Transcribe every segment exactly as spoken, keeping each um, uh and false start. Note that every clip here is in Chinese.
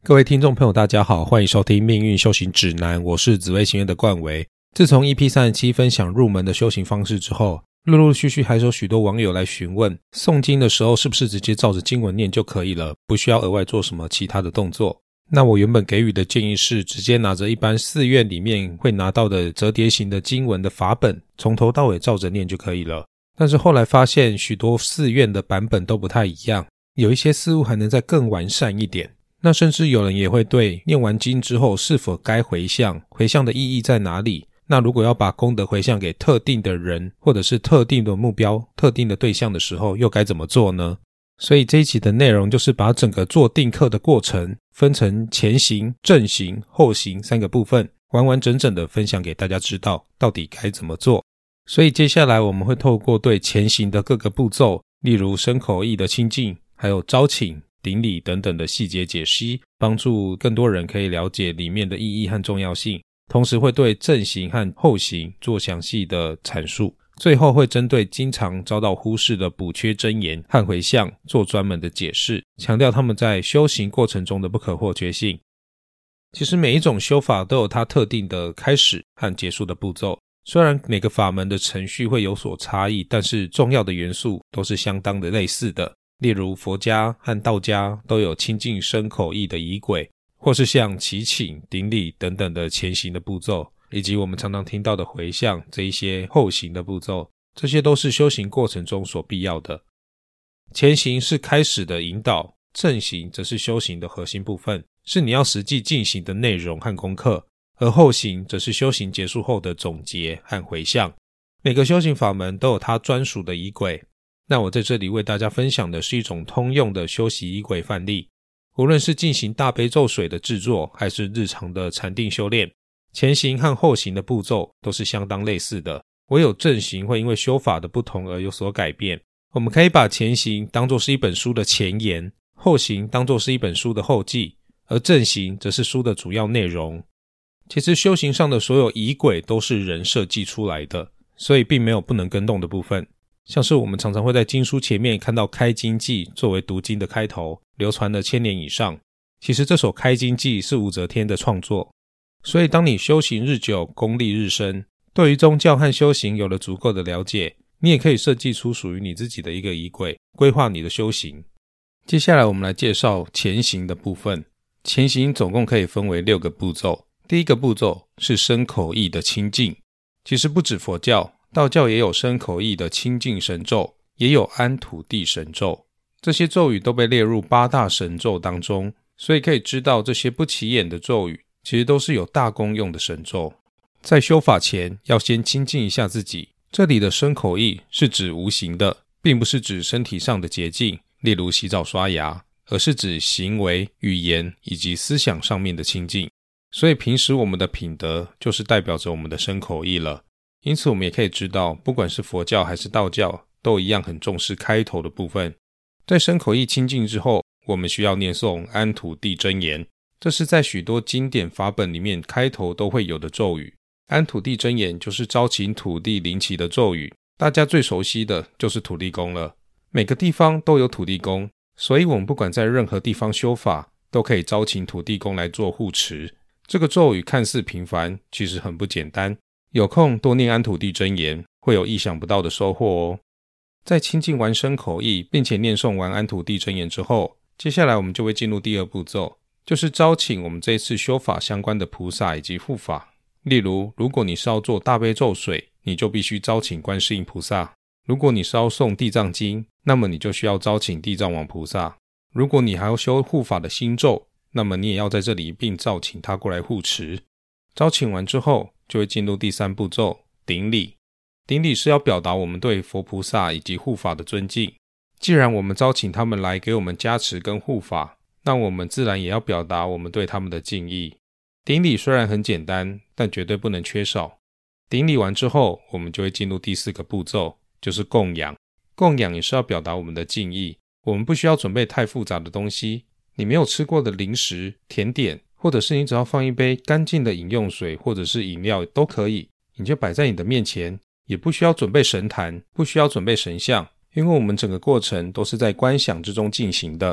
各位听众朋友大家好，欢迎收听命运修行指南，我是紫微行院的冠维。自从 E P 三十七 分享入门的修行方式之后，陆陆续续还是有许多网友来询问，诵经的时候是不是直接照着经文念就可以了，不需要额外做什么其他的动作。那我原本给予的建议是直接拿着一般寺院里面会拿到的折叠型的经文的法本，从头到尾照着念就可以了。但是后来发现许多寺院的版本都不太一样，有一些似乎还能再更完善一点。那甚至有人也会对念完经之后是否该回向，回向的意义在哪里，那如果要把功德回向给特定的人或者是特定的目标特定的对象的时候又该怎么做呢？所以这一集的内容就是把整个做定课的过程分成前行、正行、后行三个部分，完完整整的分享给大家知道到底该怎么做。所以接下来我们会透过对前行的各个步骤，例如身口意的清净，还有招请、顶礼等等的细节解析，帮助更多人可以了解里面的意义和重要性，同时会对正行和后行做详细的阐述，最后会针对经常遭到忽视的补缺真言和回向做专门的解释，强调他们在修行过程中的不可或缺性。其实每一种修法都有它特定的开始和结束的步骤，虽然每个法门的程序会有所差异，但是重要的元素都是相当的类似的。例如佛家和道家都有清净身口意的仪轨，或是像祈请、顶礼等等的前行的步骤，以及我们常常听到的回向这一些后行的步骤，这些都是修行过程中所必要的。前行是开始的引导，正行则是修行的核心部分，是你要实际进行的内容和功课，而后行则是修行结束后的总结和回向。每个修行法门都有它专属的仪轨，那我在这里为大家分享的是一种通用的修习仪轨范例。无论是进行大悲咒水的制作，还是日常的禅定修炼，前行和后行的步骤都是相当类似的，唯有正行会因为修法的不同而有所改变。我们可以把前行当作是一本书的前言，后行当作是一本书的后记，而正行则是书的主要内容。其实修行上的所有仪轨都是人设计出来的，所以并没有不能更动的部分。像是我们常常会在经书前面看到开经记作为读经的开头，流传了千年以上。其实这首开经记是武则天的创作，所以当你修行日久，功力日深，对于宗教和修行有了足够的了解，你也可以设计出属于你自己的一个仪轨，规划你的修行。接下来我们来介绍前行的部分。前行总共可以分为六个步骤。第一个步骤是身口意的清净。其实不止佛教，道教也有身口意的清净神咒，也有安土地神咒，这些咒语都被列入八大神咒当中，所以可以知道这些不起眼的咒语其实都是有大功用的神咒。在修法前要先清净一下自己，这里的身口意是指无形的，并不是指身体上的洁净，例如洗澡刷牙，而是指行为、语言以及思想上面的清净。所以平时我们的品德就是代表着我们的身口意了。因此我们也可以知道，不管是佛教还是道教，都一样很重视开头的部分。在身口意清净之后，我们需要念诵安土地真言，这是在许多经典法本里面开头都会有的咒语。安土地真言就是招请土地灵气的咒语，大家最熟悉的就是土地公了。每个地方都有土地公，所以我们不管在任何地方修法，都可以招请土地公来做护持。这个咒语看似平凡，其实很不简单，有空多念安土地真言，会有意想不到的收获哦。在清净完身口意，并且念诵完安土地真言之后，接下来我们就会进入第二步骤，就是招请我们这一次修法相关的菩萨以及护法。例如，如果你是要做大悲咒水，你就必须招请观世音菩萨；如果你是要诵地藏经，那么你就需要招请地藏王菩萨；如果你还要修护法的心咒，那么你也要在这里一并召请他过来护持。招请完之后，就会进入第三步骤，顶礼。顶礼是要表达我们对佛菩萨以及护法的尊敬。既然我们招请他们来给我们加持跟护法，那我们自然也要表达我们对他们的敬意。顶礼虽然很简单，但绝对不能缺少。顶礼完之后，我们就会进入第四个步骤，就是供养。供养也是要表达我们的敬意，我们不需要准备太复杂的东西，你没有吃过的零食、甜点，或者是你只要放一杯干净的饮用水或者是饮料都可以，你就摆在你的面前，也不需要准备神坛，不需要准备神像，因为我们整个过程都是在观想之中进行的。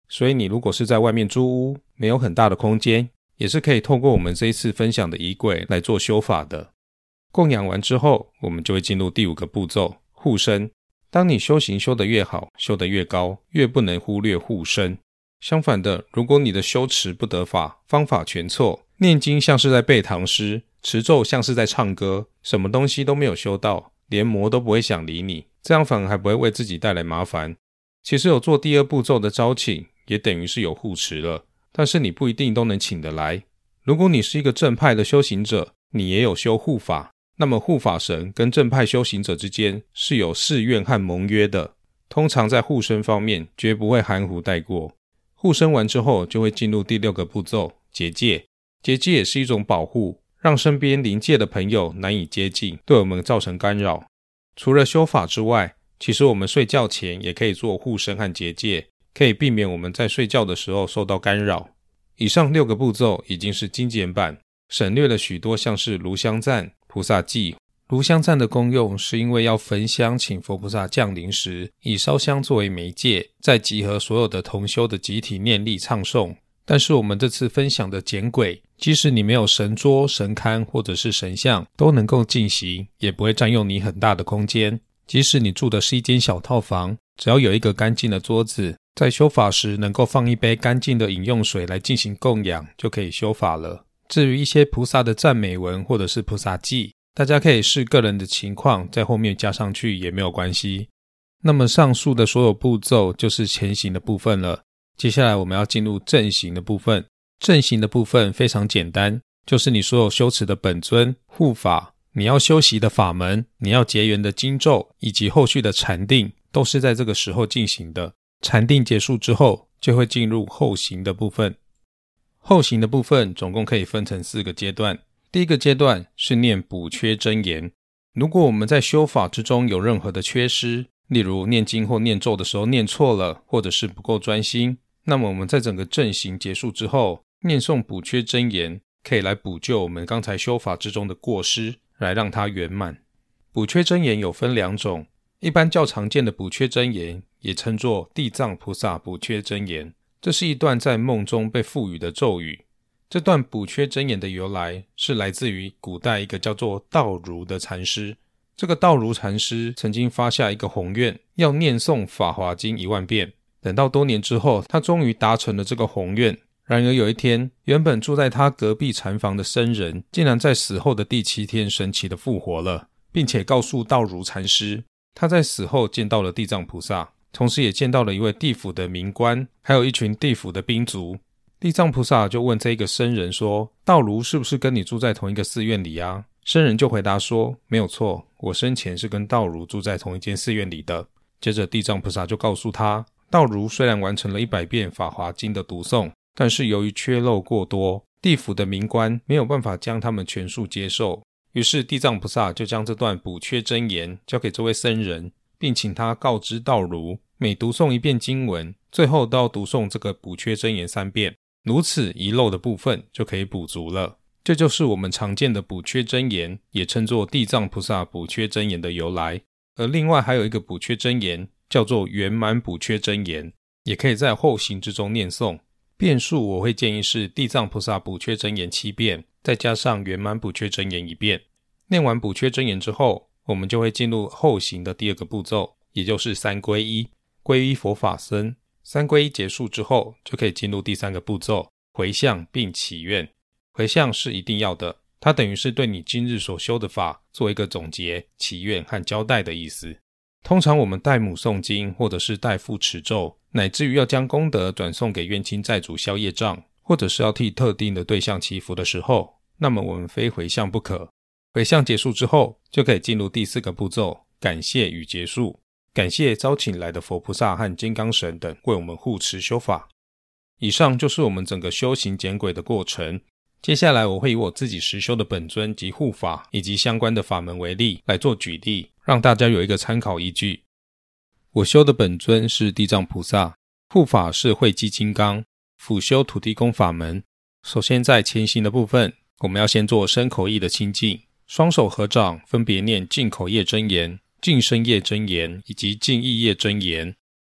所以你如果是在外面租屋，没有很大的空间，也是可以透过我们这一次分享的仪轨来做修法的。供养完之后，我们就会进入第五个步骤，护身。当你修行修得越好，修得越高，越不能忽略护身。相反的，如果你的修持不得法，方法全错，念经像是在背唐诗，持咒像是在唱歌，什么东西都没有修到，连魔都不会想理你，这样反而还不会为自己带来麻烦。其实有做第二步骤的招请，也等于是有护持了，但是你不一定都能请得来。如果你是一个正派的修行者，你也有修护法，那么护法神跟正派修行者之间是有誓愿和盟约的，通常在护身方面绝不会含糊带过。护身完之后，就会进入第六个步骤，结界。结界也是一种保护，让身边临界的朋友难以接近，对我们造成干扰。除了修法之外，其实我们睡觉前也可以做护身和结界，可以避免我们在睡觉的时候受到干扰。以上六个步骤已经是精简版，省略了许多像是炉香赞、菩萨祭。炉香赞的功用是因为要焚香请佛菩萨降临时，以烧香作为媒介，再集合所有的同修的集体念力唱诵。但是我们这次分享的简轨，即使你没有神桌、神龛或者是神像，都能够进行，也不会占用你很大的空间。即使你住的是一间小套房，只要有一个干净的桌子，在修法时能够放一杯干净的饮用水来进行供养，就可以修法了。至于一些菩萨的赞美文或者是菩萨祭，大家可以视个人的情况在后面加上去也没有关系。那么上述的所有步骤就是前行的部分了，接下来我们要进入正行的部分。正行的部分非常简单，就是你所有修持的本尊、护法，你要修习的法门，你要结缘的经咒，以及后续的禅定，都是在这个时候进行的。禅定结束之后，就会进入后行的部分。后行的部分总共可以分成四个阶段。第一个阶段是念补缺真言。如果我们在修法之中有任何的缺失，例如念经或念咒的时候念错了，或者是不够专心，那么我们在整个正行结束之后，念诵补缺真言，可以来补救我们刚才修法之中的过失，来让它圆满。补缺真言有分两种，一般较常见的补缺真言也称作地藏菩萨补缺真言，这是一段在梦中被赋予的咒语。这段补缺真言的由来是来自于古代一个叫做道如的禅师。这个道如禅师曾经发下一个宏愿，要念诵法华经一万遍。等到多年之后，他终于达成了这个宏愿。然而有一天，原本住在他隔壁禅房的僧人竟然在死后的第七天神奇的复活了，并且告诉道如禅师，他在死后见到了地藏菩萨，同时也见到了一位地府的民官，还有一群地府的兵卒。地藏菩萨就问这个僧人说，道如是不是跟你住在同一个寺院里啊？僧人就回答说，没有错，我生前是跟道如住在同一间寺院里的。接着地藏菩萨就告诉他，道如虽然完成了一百遍法华经的读诵，但是由于缺漏过多，地府的民官没有办法将他们全数接受。于是地藏菩萨就将这段补缺真言交给这位僧人，并请他告知道如，每读诵一遍经文，最后都要读诵这个补缺真言三遍，如此遗漏的部分就可以补足了。这就是我们常见的补缺真言，也称作地藏菩萨补缺真言的由来。而另外还有一个补缺真言叫做圆满补缺真言，也可以在后行之中念诵。遍数我会建议是地藏菩萨补缺真言七遍，再加上圆满补缺真言一遍。念完补缺真言之后，我们就会进入后行的第二个步骤，也就是三皈依。皈依佛法僧。三皈依结束之后，就可以进入第三个步骤，回向并祈愿。回向是一定要的，它等于是对你今日所修的法做一个总结、祈愿和交代的意思。通常我们代母诵经，或者是代父持咒，乃至于要将功德转送给冤亲债主消业障，或者是要替特定的对象祈福的时候，那么我们非回向不可。回向结束之后，就可以进入第四个步骤，感谢与结束。感谢招请来的佛菩萨和金刚神等为我们护持修法。以上就是我们整个修行简轨的过程。接下来我会以我自己实修的本尊及护法以及相关的法门为例来做举例，让大家有一个参考依据。我修的本尊是地藏菩萨，护法是慧基金刚，辅修土地公法门。首先在前行的部分，我们要先做身口意的清净，双手合掌分别念净口业真言、净身业真言以及净意业真言。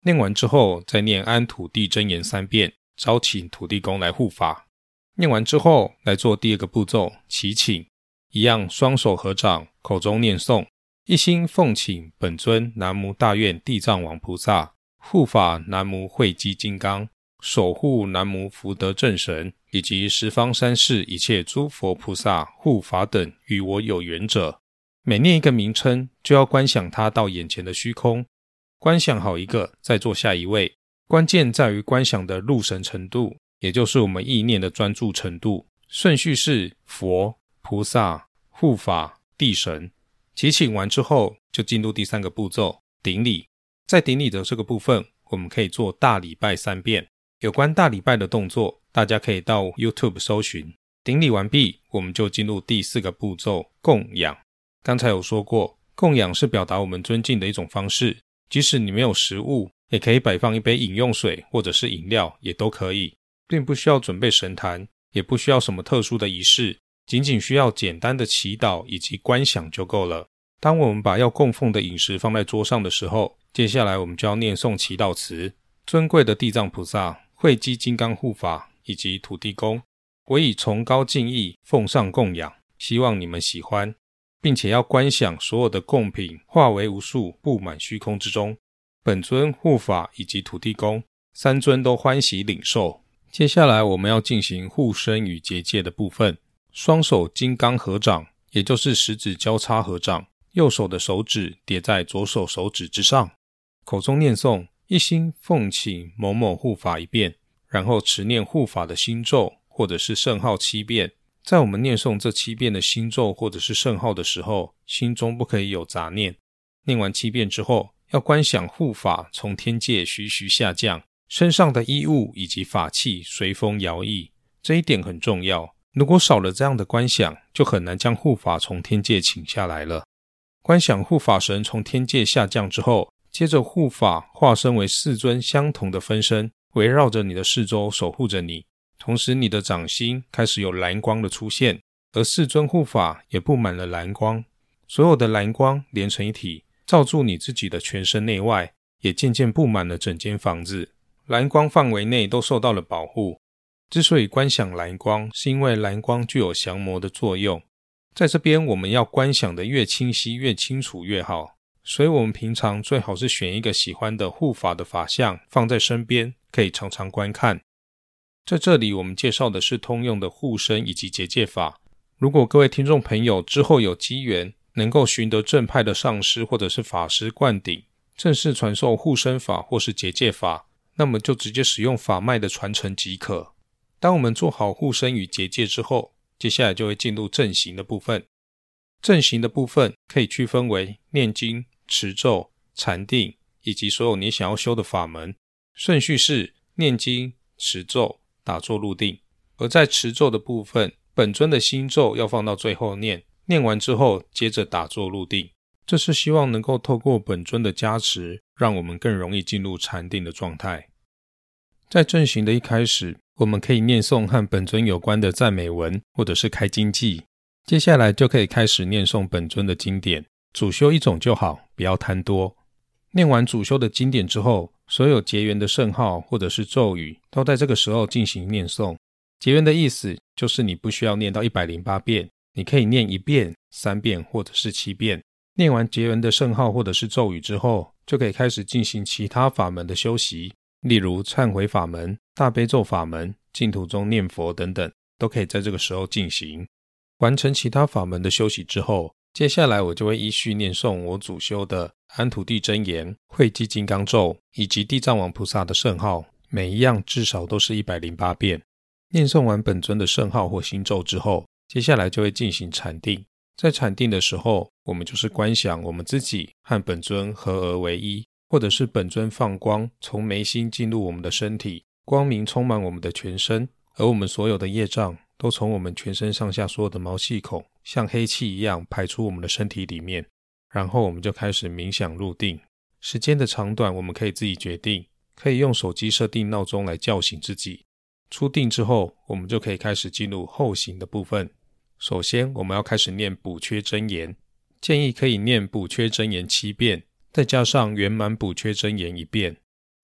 念完之后再念安土地真言三遍，招请土地公来护法。念完之后来做第二个步骤祈请，一样双手合掌，口中念诵，一心奉请本尊南无大愿地藏王菩萨，护法南无慧基金刚，守护南无福德正神，以及十方三世一切诸佛菩萨护法等与我有缘者。每念一个名称，就要观想它到眼前的虚空，观想好一个，再做下一位。关键在于观想的入神程度，也就是我们意念的专注程度。顺序是佛、菩萨、护法、地神。祈请完之后，就进入第三个步骤顶礼。在顶礼的这个部分，我们可以做大礼拜三遍。有关大礼拜的动作，大家可以到 YouTube 搜寻。顶礼完毕，我们就进入第四个步骤供养。刚才有说过，供养是表达我们尊敬的一种方式，即使你没有食物，也可以摆放一杯饮用水或者是饮料，也都可以，并不需要准备神坛，也不需要什么特殊的仪式，仅仅需要简单的祈祷以及观想就够了。当我们把要供奉的饮食放在桌上的时候，接下来我们就要念诵祈祷词。尊贵的地藏菩萨、慧基金刚护法以及土地公，我以崇高敬意奉上供养，希望你们喜欢，并且要观想所有的贡品化为无数，布满虚空之中。本尊护法以及土地公三尊都欢喜领受。接下来我们要进行护身与结界的部分。双手金刚合掌，也就是十指交叉合掌，右手的手指叠在左手手指之上，口中念诵一心奉请某某护法一遍，然后持念护法的心咒或者是圣号七遍。在我们念诵这七遍的心咒或者是圣号的时候，心中不可以有杂念。念完七遍之后，要观想护法从天界徐徐下降，身上的衣物以及法器随风摇曳，这一点很重要。如果少了这样的观想，就很难将护法从天界请下来了。观想护法神从天界下降之后，接着护法化身为四尊相同的分身，围绕着你的四周守护着你。同时你的掌心开始有蓝光的出现，而四尊护法也布满了蓝光，所有的蓝光连成一体，罩住你自己的全身内外，也渐渐布满了整间房子。蓝光范围内都受到了保护。之所以观想蓝光，是因为蓝光具有降魔的作用。在这边我们要观想的越清晰越清楚越好，所以我们平常最好是选一个喜欢的护法的法像放在身边，可以常常观看。在这里我们介绍的是通用的护身以及结界法。如果各位听众朋友之后有机缘能够寻得正派的上师或者是法师灌顶，正式传授护身法或是结界法，那么就直接使用法脉的传承即可。当我们做好护身与结界之后，接下来就会进入正行的部分。正行的部分可以区分为念经、持咒、禅定以及所有你想要修的法门。顺序是念经、持咒、打坐入定。而在持咒的部分，本尊的心咒要放到最后念，念完之后接着打坐入定。这是希望能够透过本尊的加持，让我们更容易进入禅定的状态。在正行的一开始，我们可以念诵和本尊有关的赞美文或者是开经偈，接下来就可以开始念诵本尊的经典，主修一种就好，不要贪多。念完主修的经典之后，所有结缘的圣号或者是咒语都在这个时候进行念诵。结缘的意思就是你不需要念到一百零八遍，你可以念一遍、三遍或者是七遍。念完结缘的圣号或者是咒语之后，就可以开始进行其他法门的修习，例如忏悔法门、大悲咒法门、净土中念佛等等，都可以在这个时候进行。完成其他法门的修习之后，接下来我就会依序念诵我主修的安土地真言、慧基金刚咒以及地藏王菩萨的圣号，每一样至少都是一百零八遍。念诵完本尊的圣号或心咒之后，接下来就会进行禅定。在禅定的时候，我们就是观想我们自己和本尊合而为一，或者是本尊放光从眉心进入我们的身体，光明充满我们的全身，而我们所有的业障都从我们全身上下所有的毛细孔像黑气一样排出我们的身体里面。然后我们就开始冥想入定，时间的长短我们可以自己决定，可以用手机设定闹钟来叫醒自己。出定之后，我们就可以开始进入后行的部分。首先我们要开始念补缺真言，建议可以念补缺真言七遍，再加上圆满补缺真言一遍。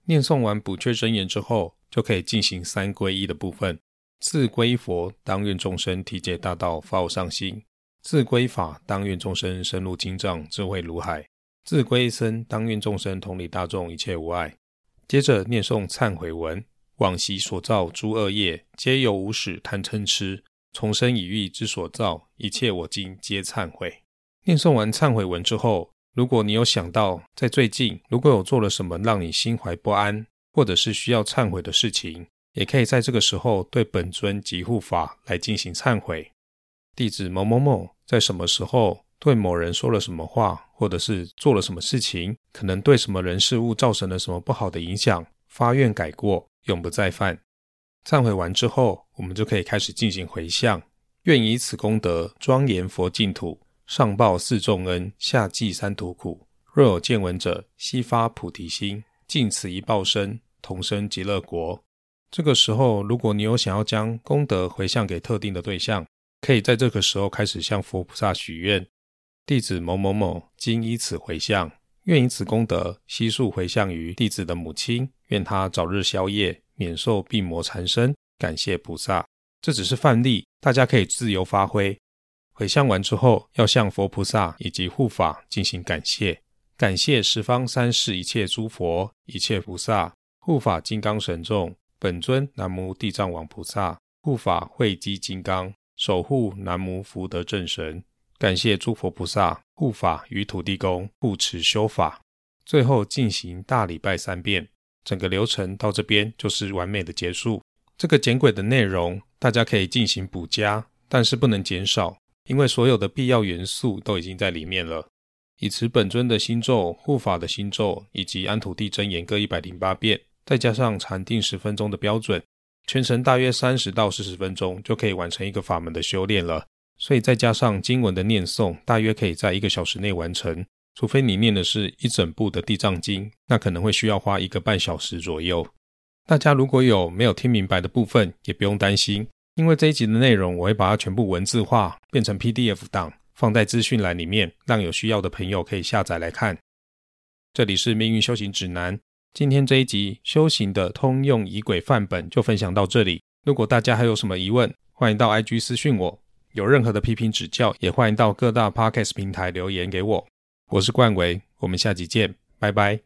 念诵完补阙真言之后，就可以进行三皈依的部分。自皈依佛，当愿众生体解大道，发无上心；自皈依法，当愿众生深入经藏，智慧如海；自皈依僧，当愿众生同理大众，一切无碍。接着念诵忏悔文，往昔所造诸恶业，皆由无始贪嗔痴，从生以欲之所造，一切我今皆忏悔。念诵完忏悔文之后，如果你有想到在最近如果有做了什么让你心怀不安，或者是需要忏悔的事情，也可以在这个时候对本尊及护法来进行忏悔。弟子某某某在什么时候对某人说了什么话，或者是做了什么事情，可能对什么人事物造成了什么不好的影响，发愿改过，永不再犯。忏悔完之后，我们就可以开始进行回向，愿以此功德庄严佛净土，上报四重恩，下济三途苦。若有见闻者，悉发菩提心，尽此一报身，同生极乐国。这个时候，如果你有想要将功德回向给特定的对象，可以在这个时候开始向佛菩萨许愿：弟子某某某今依此回向，愿以此功德悉数回向于弟子的母亲，愿她早日消业，免受病魔缠身，感谢菩萨。这只是范例，大家可以自由发挥。回向完之后，要向佛菩萨以及护法进行感谢，感谢十方三世一切诸佛、一切菩萨、护法金刚神众，本尊南无地藏王菩萨，护法慧基金刚，守护南无福德正神。感谢诸佛菩萨、护法与土地公护持修法。最后进行大礼拜三遍，整个流程到这边就是完美的结束。这个简轨的内容大家可以进行补加，但是不能减少，因为所有的必要元素都已经在里面了。以持本尊的心咒、护法的心咒以及安土地真言各一百零八遍，再加上禅定十分钟的标准，全程大约三十到四十分钟就可以完成一个法门的修炼了。所以再加上经文的念诵，大约可以在一个小时内完成。除非你念的是一整部的地藏经，那可能会需要花一个半小时左右。大家如果有没有听明白的部分，也不用担心，因为这一集的内容我会把它全部文字化，变成 P D F 档，放在资讯栏里面，让有需要的朋友可以下载来看。这里是命运修行指南，今天这一集修行的通用仪轨范本就分享到这里。如果大家还有什么疑问，欢迎到 I G 私讯我，有任何的批评指教，也欢迎到各大 Podcast 平台留言给我。我是冠维，我们下集见，拜拜。